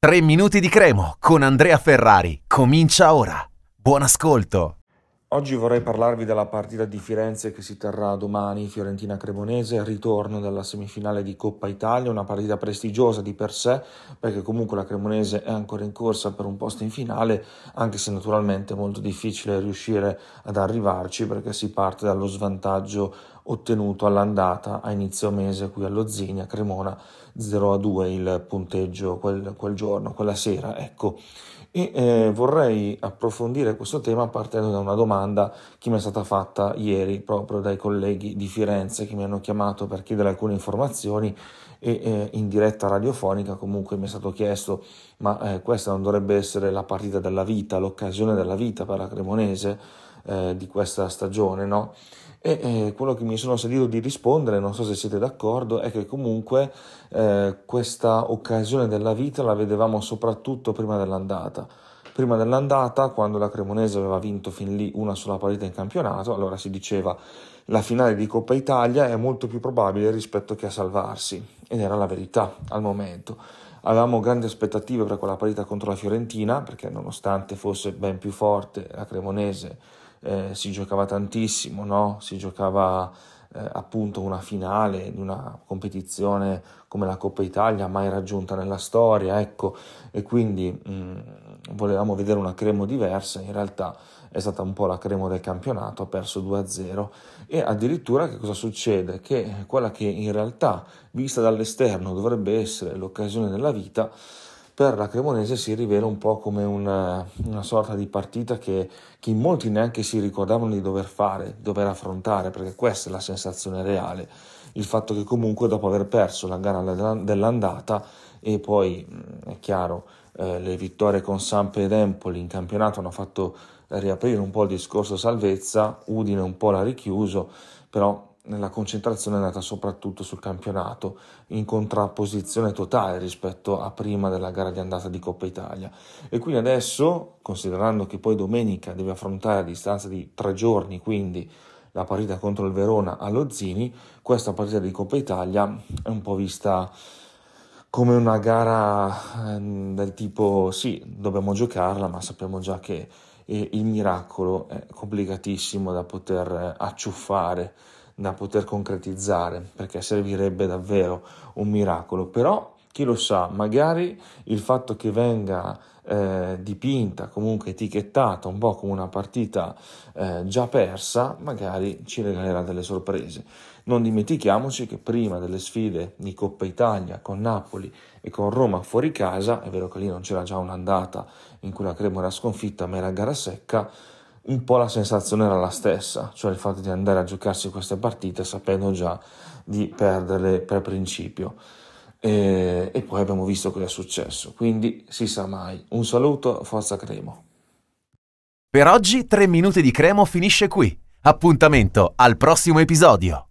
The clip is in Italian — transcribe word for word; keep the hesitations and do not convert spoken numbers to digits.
Tre minuti di Cremo con Andrea Ferrari. Comincia ora. Buon ascolto. Oggi vorrei parlarvi della partita di Firenze che si terrà domani, Fiorentina-Cremonese, ritorno dalla semifinale di Coppa Italia, una partita prestigiosa di per sé, perché comunque la Cremonese è ancora in corsa per un posto in finale, anche se naturalmente è molto difficile riuscire ad arrivarci, perché si parte dallo svantaggio ottenuto all'andata a inizio mese qui allo Zini, a Cremona, zero a due il punteggio quel, quel giorno, quella sera, ecco. E eh, vorrei approfondire questo tema partendo da una domanda che mi è stata fatta ieri proprio dai colleghi di Firenze che mi hanno chiamato per chiedere alcune informazioni e eh, in diretta radiofonica comunque mi è stato chiesto ma eh, questa non dovrebbe essere la partita della vita, l'occasione della vita per la Cremonese eh, di questa stagione, no? E eh, quello che mi sono sentito di rispondere, non so se siete d'accordo, è che comunque eh, questa occasione della vita la vedevamo soprattutto prima dell'andata. Prima dell'andata, quando la Cremonese aveva vinto fin lì una sola partita in campionato, allora si diceva la finale di Coppa Italia è molto più probabile rispetto che a salvarsi, ed era la verità al momento. Avevamo grandi aspettative per quella partita contro la Fiorentina, perché nonostante fosse ben più forte la Cremonese, Eh, si giocava tantissimo, no? Si giocava eh, appunto una finale di una competizione come la Coppa Italia mai raggiunta nella storia, ecco, e quindi mh, volevamo vedere una Cremo diversa. In realtà è stata un po' la Cremo del campionato, ha perso due a zero e addirittura che cosa succede? Che quella che in realtà vista dall'esterno dovrebbe essere l'occasione della vita, per la Cremonese si rivela un po' come una, una sorta di partita che, che in molti neanche si ricordavano di dover fare, di dover affrontare, perché questa è la sensazione reale, il fatto che comunque dopo aver perso la gara dell'andata e poi è chiaro eh, le vittorie con Samp ed Empoli in campionato hanno fatto riaprire un po' il discorso salvezza, Udine un po' l'ha richiuso, però la concentrazione è andata soprattutto sul campionato, in contrapposizione totale rispetto a prima della gara di andata di Coppa Italia. E quindi adesso, considerando che poi domenica deve affrontare a distanza di tre giorni, quindi la partita contro il Verona allo Zini, questa partita di Coppa Italia è un po' vista come una gara eh, del tipo sì, dobbiamo giocarla, ma sappiamo già che eh, il miracolo è complicatissimo da poter eh, acciuffare, da poter concretizzare, perché servirebbe davvero un miracolo. Però chi lo sa, magari il fatto che venga eh, dipinta, comunque etichettata un po' come una partita eh, già persa, magari ci regalerà delle sorprese. Non dimentichiamoci che prima delle sfide di Coppa Italia con Napoli e con Roma fuori casa, è vero che lì non c'era già un'andata in cui la Cremo era sconfitta ma era gara secca, un po' la sensazione era la stessa, cioè il fatto di andare a giocarsi queste partite sapendo già di perderle per principio. E, e poi abbiamo visto cosa è successo, quindi si sa mai. Un saluto, forza Cremo. Per oggi tre minuti di Cremo finisce qui. Appuntamento al prossimo episodio.